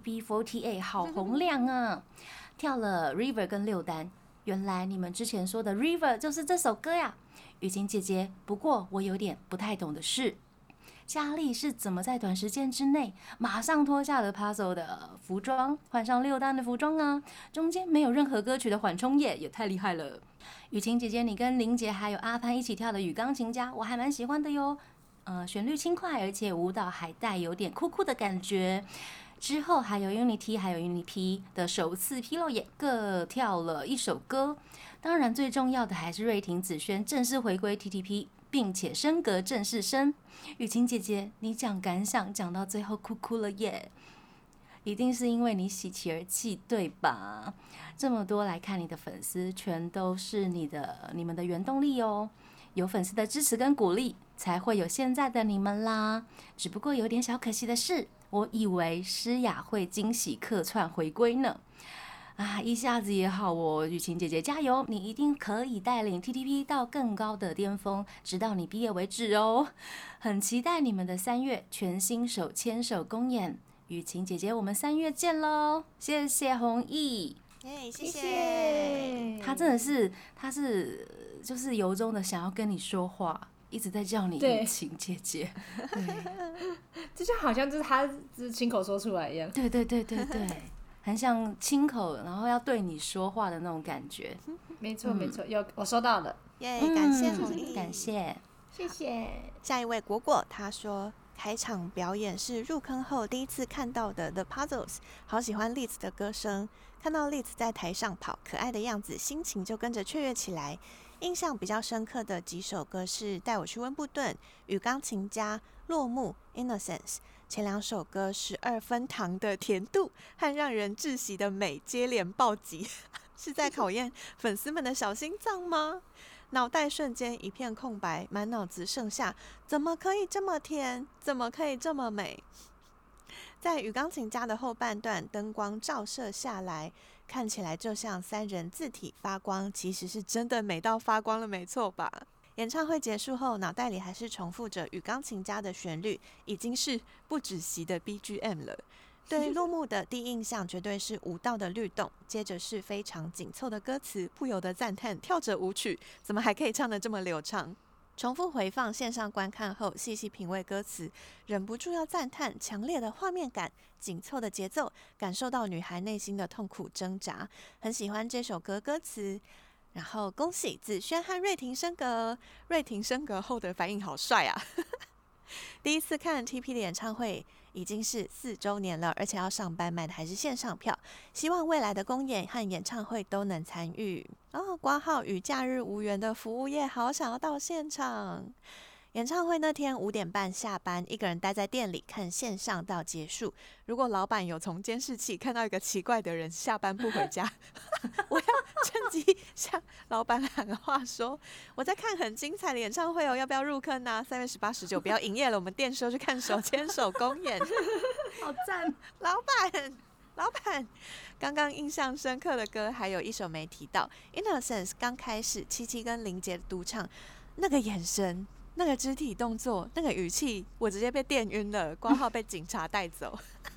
AKB48 好洪亮啊！跳了 River 跟6单，原来你们之前说的 River 就是这首歌呀，雨晴姐姐。不过我有点不太懂的是，嘉丽是怎么在短时间之内马上脱下了 Puzzle 的服装，换上6单的服装啊？中间没有任何歌曲的缓冲耶，也太厉害了！雨晴姐姐，你跟林杰还有阿潘一起跳的《雨钢琴家》，我还蛮喜欢的哟。旋律轻快，而且舞蹈还带有点酷酷的感觉。之后还有 Unity 还有 Unity 的首次披露也各跳了一首歌。当然最重要的还是瑞婷子萱正式回归 TTP， 并且升格正式生。雨晴姐姐，你讲感想讲到最后哭哭了耶，一定是因为你喜极而泣对吧？这么多来看你的粉丝，全都是你们的原动力哦。有粉丝的支持跟鼓励，才会有现在的你们啦。只不过有点小可惜的是，我以为诗雅会惊喜客串回归呢。一下子也好哦，雨晴姐姐加油，你一定可以带领 TTP 到更高的巅峰，直到你毕业为止哦。很期待你们的3月全新手牵手公演，雨晴姐姐，我们3月见喽！谢谢弘毅。 谢谢。 他真的是，就是由衷的想要跟你说话，一直在叫你雨晴姐姐。 这就好像就是他亲口说出来一样。 对，很像亲口，然后要对你说话的那种感觉。 没错，有我收到了。 感谢弘毅， 感谢， 谢谢。 下一位果果，他说开场表演是入坑后第一次看到的 The Puzzles， 好喜欢 Liz 的歌声，看到 Liz 在台上跑可爱的样子，心情就跟着雀跃起来。印象比较深刻的几首歌是带我去温布顿、与钢琴家、落幕、Innocence， 前2首歌12分糖的甜度和让人窒息的美接连暴击，是在考验粉丝们的小心脏吗？脑袋瞬间一片空白，满脑子剩下怎么可以这么甜，怎么可以这么美。在与钢琴家的后半段，灯光照射下来，看起来就像3人字体发光，其实是真的美到发光了，没错吧？演唱会结束后，脑袋里还是重复着与钢琴家的旋律，已经是不止息的 BGM 了。对落幕的第一印象绝对是舞蹈的律动，接着是非常紧凑的歌词，不由得赞叹跳着舞曲怎么还可以唱得这么流畅。重复回放线上观看后，细细品味歌词，忍不住要赞叹强烈的画面感、紧凑的节奏，感受到女孩内心的痛苦挣扎。很喜欢这首歌歌词。然后恭喜子萱和瑞婷升格，瑞婷升格后的反应好帅啊！第一次看 TP 的演唱会已经是4周年了，而且要上班，买的还是线上票。希望未来的公演和演唱会都能参与。括号与假日无缘的服务业，好想要到现场。 演唱会那天5点半下班，一个人待在店里看线上到结束。如果老板有从监视器看到一个奇怪的人下班不回家，我要趁机向老板喊话说：“我在看很精彩的演唱会哦，要不要入坑呢？3月18、19不要营业了，我们店休去看手牵手公演。” 好赞！ 老板，刚刚印象深刻的歌还有一首没提到，《Innocence》刚开始，七七跟林杰的独唱，那个眼神。那个肢体动作，那个语气，我直接被电晕了，挂号被警察带走。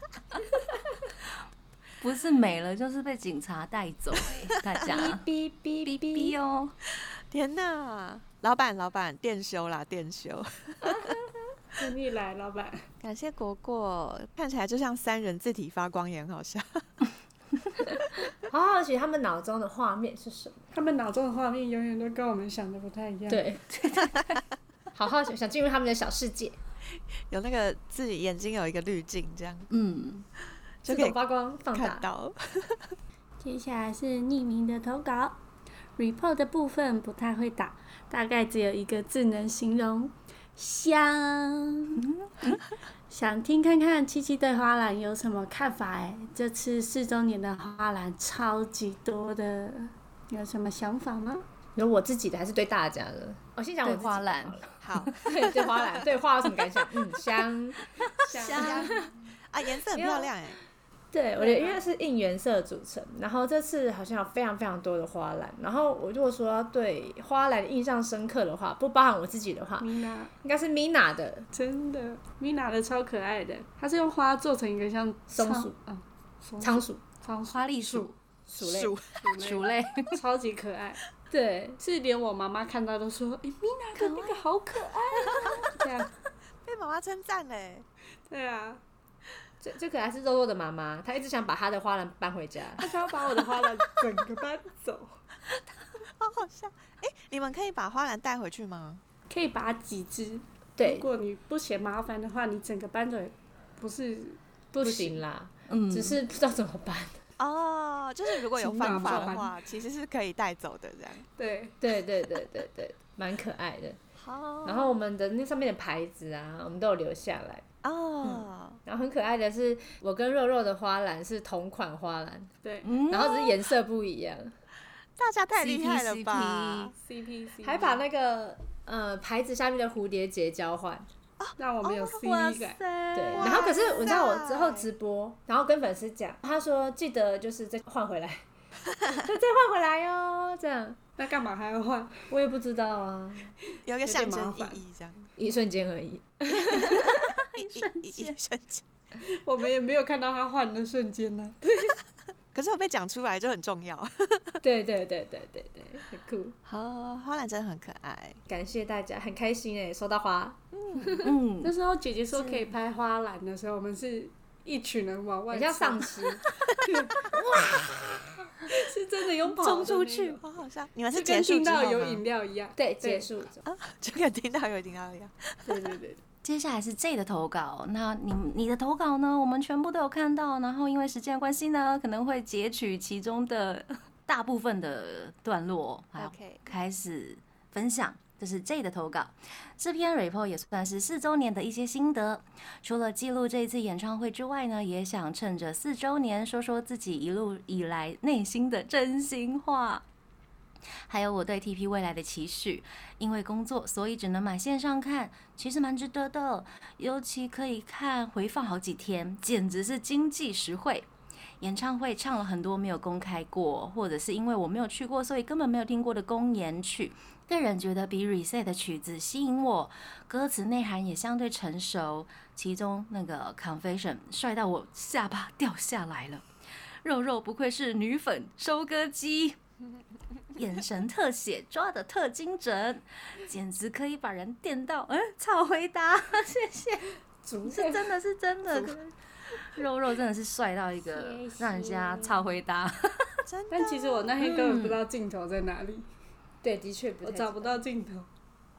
不是没了，就是被警察带走大家哔哔哔哔哦！ 天哪，老板，店休啦，店休。 等你来，老板。 感谢果果，看起来就像3人字体发光也很好笑。 好好奇他们脑中的画面是什么？ 他们脑中的画面永远都跟我们想的不太一样。 对。好好想进入他们的小世界， 有那个自己眼睛有一个滤镜，这样， 就可以发光放大看到。 接下来是匿名的投稿 ，report 的部分不太会打，大概只有一个字能形容：香。想听看看七七对花篮有什么看法？这次4周年的花篮超级多的，有什么想法吗？ 有我自己的还是对大家的？我先讲我自己花篮。 好，对花篮，对花有什么感想？香啊，颜色很漂亮哎。 对，我觉得因为是应援色组成，然后这次好像有非常非常多的花篮，然后我如果说要对花篮印象深刻的话，不包含我自己的话， 应该是 Mina 的， 真的 Mina 的超可爱的，它是用花做成一个像松鼠、仓鼠、 花栗鼠、 鼠类， 超级可爱。 对， 是连我妈妈看到都说：“Mina 的那个好可爱。”这样被妈妈称赞嘞。 对啊， 最可爱是肉肉的妈妈，她一直想把她的花篮搬回家， 她想要把我的花篮整个搬走， 好好笑。你们可以把花篮带回去吗？ 可以拔几只。 对， 如果你不嫌麻烦的话，你整个搬走不行啦，只是不知道怎么办。 哦，就是如果有方法的话，其实是可以带走的，这样。 对，蛮可爱的。 好。 然后我们的那上面的牌子啊，我们都有留下来。然后很可爱的是，我跟肉肉的花篮是同款花篮， 对， 然后只是颜色不一样。 大家太厉害了吧 ！CP 还把那个牌子下面的蝴蝶结交换。 让我们有 CP 感。 对，然后可是你知道我之后直播，然后跟粉丝讲，他说记得就是再换回来，再换回来哟，这样。 那干嘛还要换？ 我也不知道啊， 有一个象征意义，这样。 一瞬间而已。 一瞬间。 我们也没有看到他换的瞬间呢。 可是我被讲出来就很重要。 对，很酷。 好，花篮真的很可爱， 感谢大家，很开心哎，收到花。 那时候姐姐说可以拍花篮的时候，我们是一群人往外， 很像丧尸。 是真的有跑冲出去，好好笑。你们是结束跟听到有饮料一样， 对，结束就跟听到有饮料一样。 对。 接下来是 J 的投稿，那你的投稿呢？我们全部都有看到，然后因为时间的关系呢，可能会截取其中的大部分的段落，好，开始分享。这是 J 的投稿，这篇 report 也算是4周年的一些心得。除了记录这一次演唱会之外呢，也想趁着4周年说说自己一路以来内心的真心话。还有我对 TP 未来的期许，因为工作所以只能买线上看，其实蛮值得的，尤其可以看回放好几天，简直是经济实惠。演唱会唱了很多没有公开过，或者是因为我没有去过，所以根本没有听过的公演曲，个人觉得比 Reset 的曲子吸引我，歌词内涵也相对成熟，其中那个 Confession 帅到我下巴掉下来了，肉肉不愧是女粉收割机。眼神特写抓得特精准，简直可以把人电到。超回答，谢谢。是真的，肉肉真的是帅到一个让人家超回答。 但其实我那天根本不知道镜头在哪里。 对，的确不太， 我找不到镜头。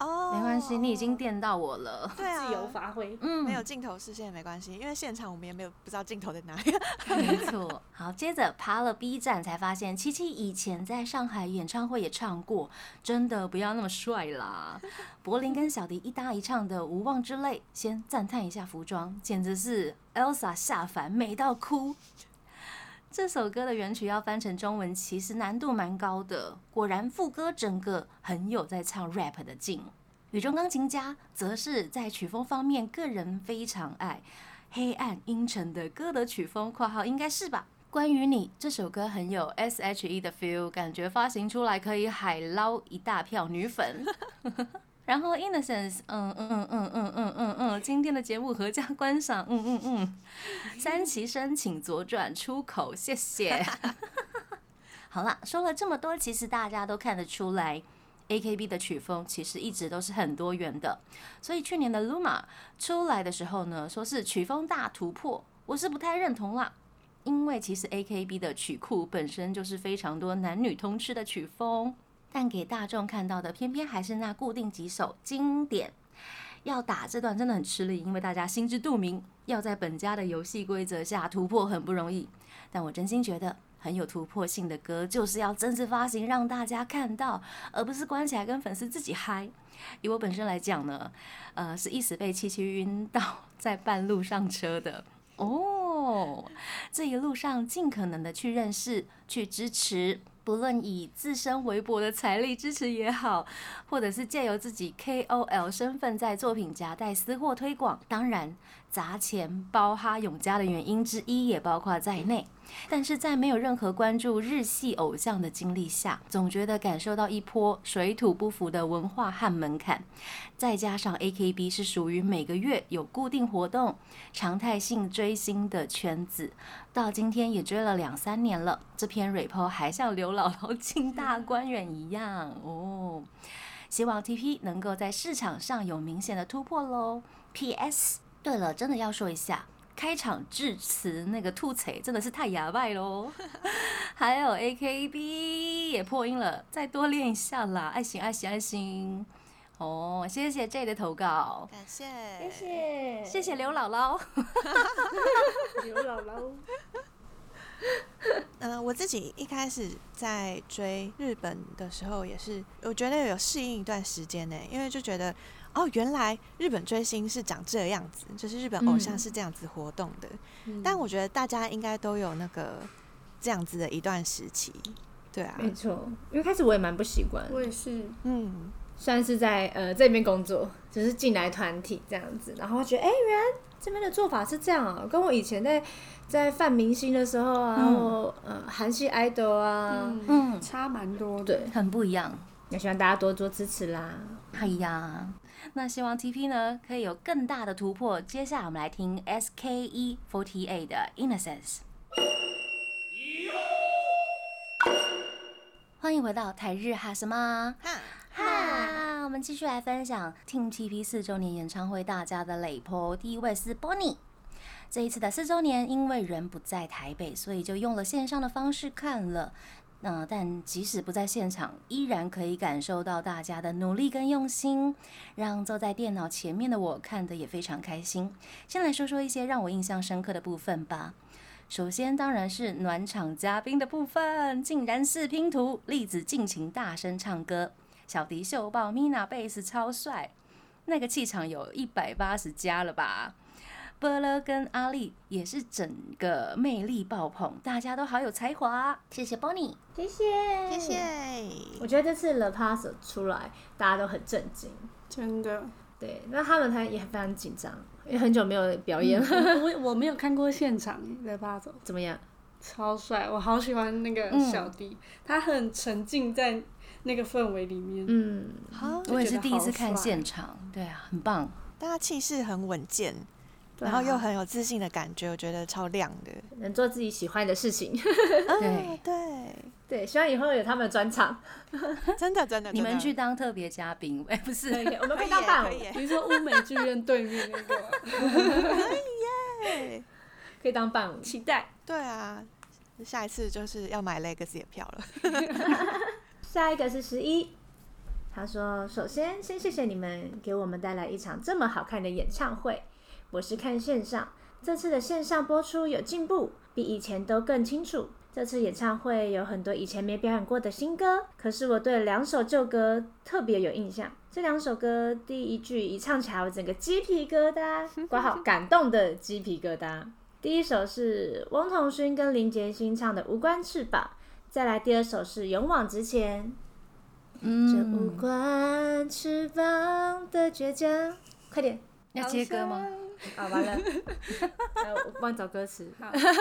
哦， 没关系，你已经电到我了。 对啊， 自由发挥。 没有镜头视线也没关系，因为现场我们也没有不知道镜头在哪里。 没错。好，接着爬了 B 站才发现，七七以前在上海演唱会也唱过，真的不要那么帅啦。柏林跟小迪一搭一唱的《无望之泪》，先赞叹一下服装，简直是 Elsa 下凡，美到哭。这首歌的原曲要翻成中文，其实难度蛮高的。果然副歌整个很有在唱 rap 的劲。雨中钢琴家则是在曲风方面，个人非常爱黑暗阴沉的歌德曲风（括号应该是吧）。关于你这首歌很有 SHE 的 feel， 感觉发行出来可以海捞一大票女粉。然后 Innocence， 今天的节目合家观赏，三期生请左转出口，谢谢。好啦，说了这么多，其实大家都看得出来 AKB 的曲风其实一直都是很多元的，所以去年的 Luma 出来的时候呢，说是曲风大突破，我是不太认同啦。因为其实 AKB 的曲库本身就是非常多男女通吃的曲风，但给大众看到的偏偏还是那固定几首经典。要打这段真的很吃力，因为大家心知肚明，要在本家的游戏规则下突破很不容易。但我真心觉得很有突破性的歌，就是要正式发行让大家看到，而不是关起来跟粉丝自己嗨。以我本身来讲呢，是一时被七七晕到在半路上车的。这一路上尽可能的去认识、去支持，不论以自身微薄的财力支持也好，或者是借由自己 KOL 身份在作品夹带私货推广，当然砸钱包哈永家的原因之一也包括在内。但是在没有任何关注日系偶像的经历下，总觉得感受到一波水土不服的文化和门槛。再加上 AKB 是属于每个月有固定活动、常态性追星的圈子，到今天也追了2-3年了，这篇 report 还像刘姥姥进大观园一样哦。希望 TP 能够在市场上有明显的突破咯。PS， 对了，真的要说一下，开场致辞那个吐槽真的是太哑巴咯。还有 AKB 也破音了，再多练一下啦，爱心爱心爱心。谢谢 J 的投稿， 感谢， 谢谢刘姥姥。 刘姥姥。 我自己一开始在追日本的时候，也是我觉得有适应一段时间呢，因为就觉得原来日本追星是长这样子，就是日本偶像是这样子活动的。但我觉得大家应该都有那个这样子的一段时期，对啊， 没错。因为开始我也蛮不习惯， 我也是， 算是在这边工作，就是进来团体这样子，然后觉得原来这边的做法是这样啊，跟我以前在泛明星的时候啊，或韩系 idol 啊， 差蛮多的， 对， 很不一样。 也希望大家多多支持啦。 哎呀，那希望 TP 呢可以有更大的突破。接下来我们来听 SKE48 的 Innocence。欢迎回到台日哈什么哈，我们继续来分享 Team TP 4周年演唱会大家的累婆。第一位是 Bonnie， 这一次的4周年，因为人不在台北，所以就用了线上的方式看了。但即使不在现场，依然可以感受到大家的努力跟用心，让坐在电脑前面的我看得也非常开心。先来说说一些让我印象深刻的部分吧。首先当然是暖场嘉宾的部分，竟然是拼图，栗子尽情大声唱歌，小迪秀爆 ，Mina 贝斯超帅，那个气场有180加了吧。波勒跟阿丽也是整个魅力爆棚，大家都好有才华，谢谢 Bonnie， 谢谢谢谢。 我觉得这次 The Puzzle 出来，大家都很震惊， 真的。 对，那他们也非常紧张，因为很久没有表演了。 我没有看过现场的Puzzle， 怎么样？ 超帅，我好喜欢那个小弟，他很沉浸在那个氛围里面。 我也是第一次看现场，对啊，很棒， 大家气势很稳健。然后又很有自信的感觉，我觉得超亮的， 能做自己喜欢的事情。对，希望以后有他们的专场。 真的， 你们去当特别嘉宾，不是？ 我们可以当伴舞。 比如说乌美剧院对面那个， 可以耶， 可以当伴舞， 期待。 对啊，下一次就是要买 Legacy 的票了。 下一个是11， 他说：“首先，先谢谢你们给我们带来一场这么好看的演唱会。我是看线上，这次的线上播出有进步，比以前都更清楚。这次演唱会有很多以前没表演过的新歌，可是我对2首旧歌特别有印象。这2首歌第一句一唱起来，我整个鸡皮疙瘩，括号感动的鸡皮疙瘩。第一首是翁同勋跟林杰星唱的《无关翅膀》，再来第2首是《勇往直前》。这无关翅膀的倔强，快点， 要接歌吗？ 啊，完了，我帮你找歌词。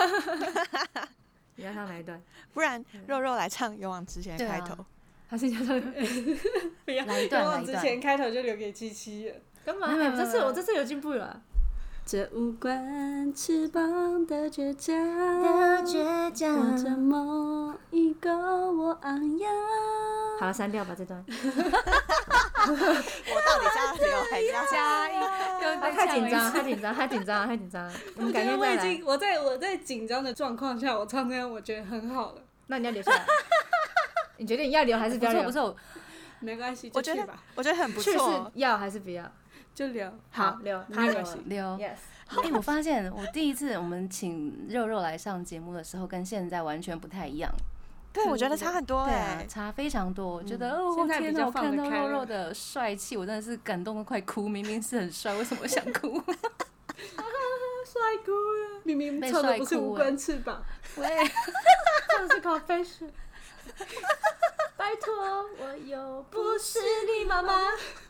你要唱哪一段？ 不然肉肉来唱《勇往直前》的开头。 还是你要唱？ 不要， 来一段， 勇往直前开头就留给七七了。 干嘛？我这次有进步了。 这无关翅膀的倔强， 我这么一个我昂扬。 好了，删掉吧这段。 我到底加油还是要加音？ 太紧张。我们改天再来。 我在紧张的状况下，我唱这样，我觉得很好了。 那你要留下来。你决定要留还是不要留？ 不是， 没关系， 我觉得很不错。 去是要还是不要？ 就留。 好，留。 没关系， 留。 Yes。 我发现我第一次我们请肉肉来上节目的时候，跟现在完全不太一样。 对，我觉得差很多差非常多。我觉得天哪，我看到肉肉的帅气，我真的是感动得快哭。明明是很帅，为什么想哭？ 帅哭了，明明唱的不是无关翅膀， 喂，唱的是 Confession。拜托，我又不是你妈妈。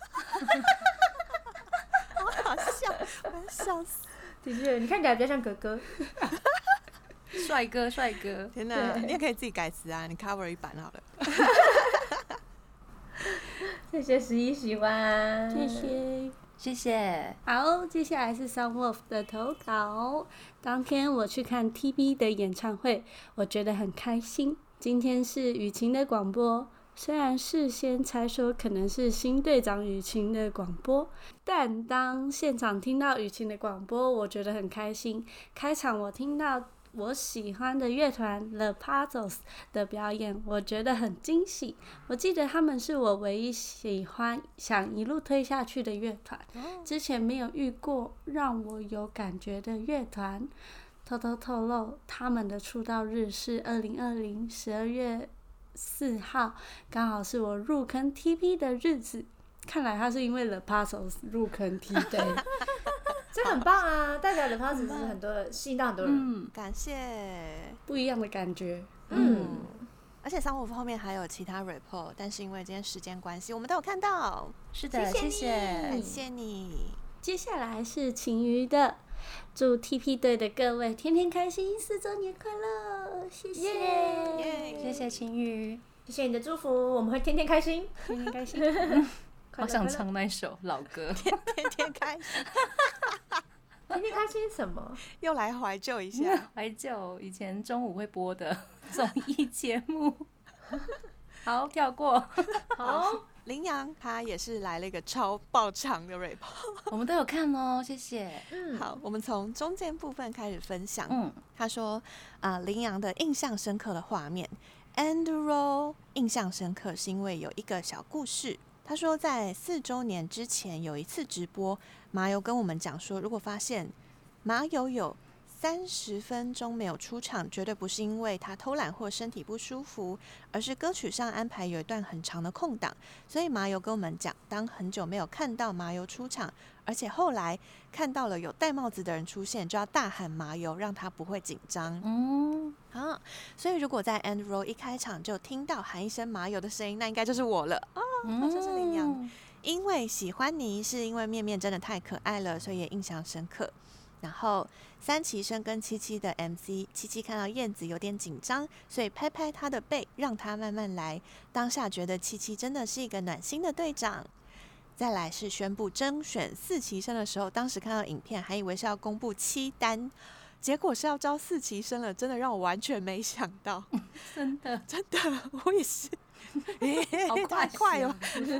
好笑，我要笑死。 的确，你看起来比较像哥哥。 帅哥， 天哪，你也可以自己改词啊，你 cover 一版好了。 谢谢11喜欢， 谢谢。好，接下来是 Sunwolf 的投稿。当天我去看 TB 的演唱会，我觉得很开心。今天是雨晴的广播，虽然事先猜说可能是新队长雨晴的广播，但当现场听到雨晴的广播，我觉得很开心。开场我听到我喜欢的乐团 The Puzzles 的表演，我觉得很惊喜。我记得他们是我唯一喜欢想一路推下去的乐团，之前没有遇过让我有感觉的乐团。偷偷透露，他们的出道日是2020 12月4号，刚好是我入坑 TP 的日子。看来他是因为 The Puzzles 入坑 TP。 这很棒啊！代表 The Puzzles 是很多吸引到很多人， 感谢， 不一样的感觉。 而且Sunwolf后面还有其他 report， 但是因为今天时间关系，我们都有看到。 是的，谢谢， 感谢你。 接下来是晴瑜的，祝 TP 队的各位天天开心，4周年快乐！谢谢， 谢谢晴瑜， 谢谢你的祝福，我们会天天开心， 天天开心。 好想唱那首老歌， 天天开心。 天天开心什么？ 又来怀旧一下， 怀旧以前中午会播的综艺节目。好，跳过。 好， 羚羊他也是来了一个超爆长的 report， 我们都有看哦，谢谢。 好，我们从中间部分开始分享。他说羚羊的印象深刻的画面 ，Andrew 印象深刻是因为有一个小故事。他说在4周年之前有一次直播，麻油跟我们讲说，如果发现麻油有30分钟没有出场，绝对不是因为他偷懒或身体不舒服，而是歌曲上安排有一段很长的空档。所以麻油跟我们讲，当很久没有看到麻油出场，而且后来看到了有戴帽子的人出现，就要大喊麻油，让他不会紧张。所以如果在 End Roll 一开场就听到喊一声麻油的声音，那应该就是我了好像是羚羊。因为喜欢你，是因为面面真的太可爱了，所以也印象深刻。然后三期生跟七七的 MC， 七七看到燕子有点紧张，所以拍拍她的背，让她慢慢来。当下觉得七七真的是一个暖心的队长。再来是宣布甄选4期生的时候，当时看到影片还以为是要公布7单，结果是要招4期生了，真的让我完全没想到。 真的， 我也是， 好太快了。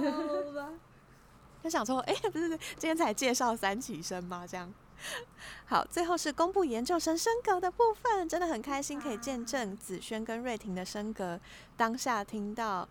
就想说，不是今天才介绍3期生吗？这样。好，最后是公布研究生升格的部分，真的很开心可以见证子轩跟瑞婷的升格。当下听到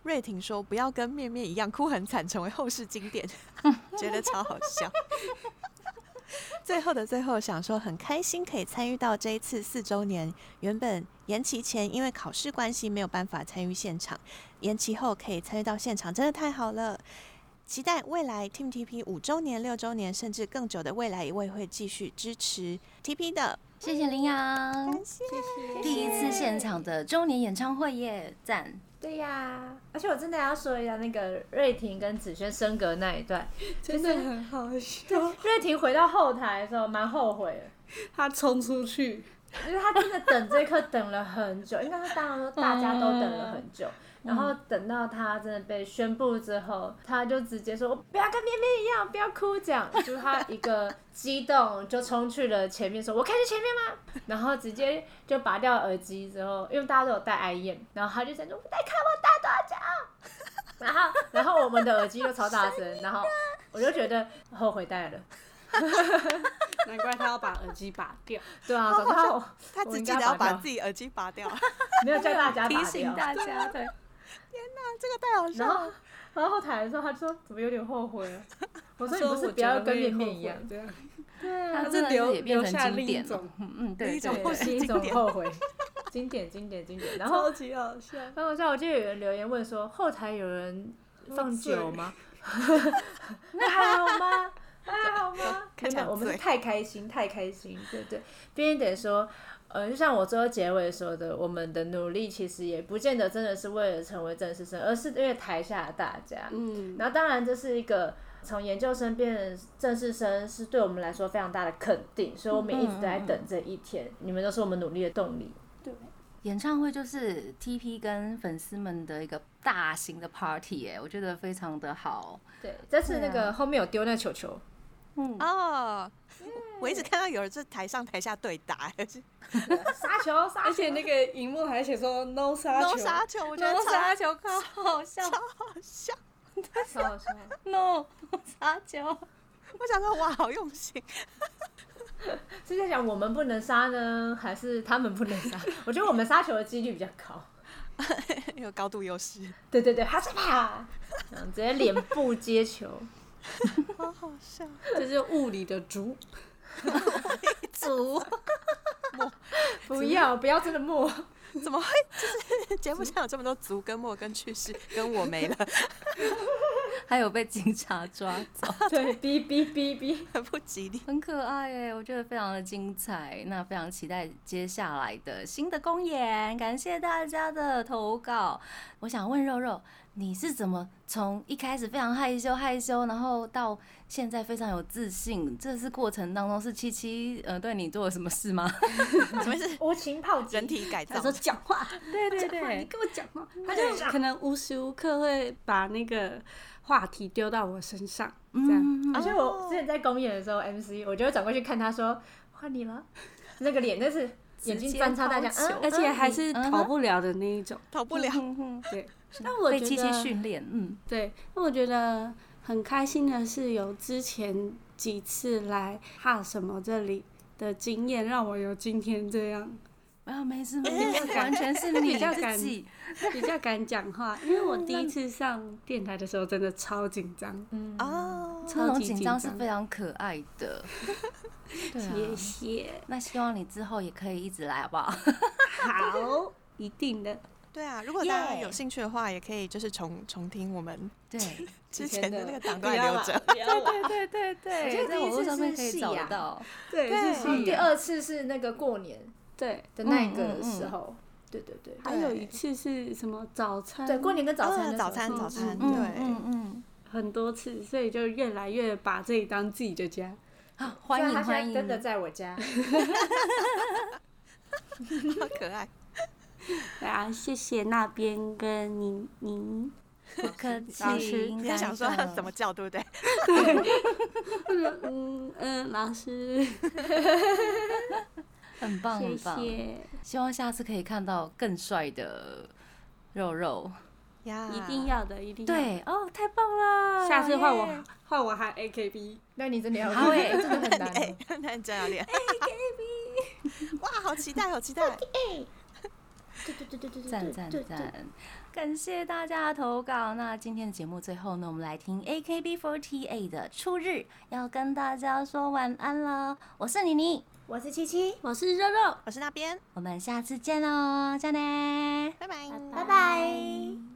瑞婷说不要跟面面一样哭很惨，成为后世经典，觉得超好笑。最后的最后，想说很开心可以参与到这一次4周年。原本延期前因为考试关系没有办法参与现场，延期后可以参与到现场，真的太好了。期待未来 Team TP 5周年、6周年，甚至更久的未来，我也会继续支持 TP 的。 谢谢羚羊， 感谢。 第一次现场的周年演唱会耶，赞！ 对呀，而且我真的要说一下那个瑞婷跟子轩升格那一段， 真的很好笑。 瑞婷回到后台的时候蛮后悔的， 他冲出去， 因为他真的等这一刻等了很久，应该是当然说大家都等了很久。然后等到他真的被宣布之后，他就直接说：“我不要跟绵绵一样，不要哭。”这样，就是他一个激动就冲去了前面，说：“我可以去前面吗？”然后直接就拔掉耳机之后，因为大家都有戴 IEM， 然后他就在说：“来看我大多久。”然后我们的耳机又超大声，然后我就觉得后悔戴了。 难怪他要把耳机拔掉。 对啊， 他只记得要把自己耳机拔掉， 没有叫大家拔掉， 提醒大家，对。 天哪，这个太好笑了。 然后后台的时候，他就说怎么有点后悔了。我说你不是不要跟面面一样， 这样。 对啊， 他真的是也变成经典了。对， 是一种后悔。经典。然后超级好笑。 很好笑，我记得有人留言问说，后台有人放酒吗？那还好吗？还好吗？我们是太开心，对。边得说。就像我最后结尾说的，我们的努力其实也不见得真的是为了成为正式生，而是因为台下的大家。然后当然这是一个从研究生变成正式生，是对我们来说非常大的肯定，所以我们一直都在等这一天。你们都是我们努力的动力。 对， 演唱会就是 TP 跟粉丝们的一个大型的 party， 我觉得非常的好。 对，这次那个后面有丢那球球。 我一直看到有人在台上台下对打， 杀球， 而且那个荧幕还写说 no 杀球， no 杀球，我觉得 no 杀球超好笑， 超好笑 no 杀球， 我想说哇，好用心。 是在讲我们不能杀呢，还是他们不能杀？我觉得我们杀球的几率比较高， 有高度优势。 对，哈斯帕，直接脸部接球。 好好笑， 这是物理的足， 不要真的默， 怎么会？就是节目上有这么多足跟默跟去世，跟我没了， 还有被警察抓走， 对，哔， 很不吉利， 很可爱耶，我觉得非常的精彩。那非常期待接下来的新的公演，感谢大家的投稿。我想问肉肉，你是怎么从一开始非常害羞，然后到现在非常有自信？这是过程当中是七七对你做了什么事吗？ 什么是无情炮击？ 人体改造？ 他说讲话， 对， 你跟我讲话，他就可能无时无刻会把那个话题丢到我身上，这样。 而且我之前在公演的时候 MC， 我就会转过去看他说换你了，那个脸就是眼睛翻超大家， 而且还是逃不了的那一种， 逃不了。 对。那我觉得被七七训练， 对。那我觉得很开心的是，有之前几次来哈什么这里的经验，让我有今天这样。 没事，完全是你自己比较敢讲话，因为我第一次上电台的时候真的超紧张， 这种紧张是非常可爱的。 谢谢。 那希望你之后也可以一直来，好不好？ 好，一定的。 对啊，如果大家有兴趣的话，也可以就是重听我们之前的那个档都还留着。 对，在网络上面可以找得到。 对， 第二次是那个过年对的那个时候。对， 还有一次是什么早餐？ 对，过年跟早餐， 早餐，对， 很多次，所以就越来越把这里当自己的家。 好，欢迎， 真的在我家， 好可爱。 对啊，谢谢那边跟你， 不客气。 老师，你在想说怎么叫，对不对？ 老师， 很棒， 谢谢。 希望下次可以看到更帅的肉肉， 一定要的，一定要的。对哦，太棒了！ 下次换我喊 AKB， 那你真的要好真的很难， 那你真要练 AKB， 哇，好期待！ 对， 赞赞赞！感谢大家的投稿。那今天的节目最后呢，我们来听 AKB48 的《初日》，要跟大家说晚安了。我是妮妮， 我是七七， 我是肉肉， 我是那边， 我们下次见喽，加内， 拜拜， 拜拜。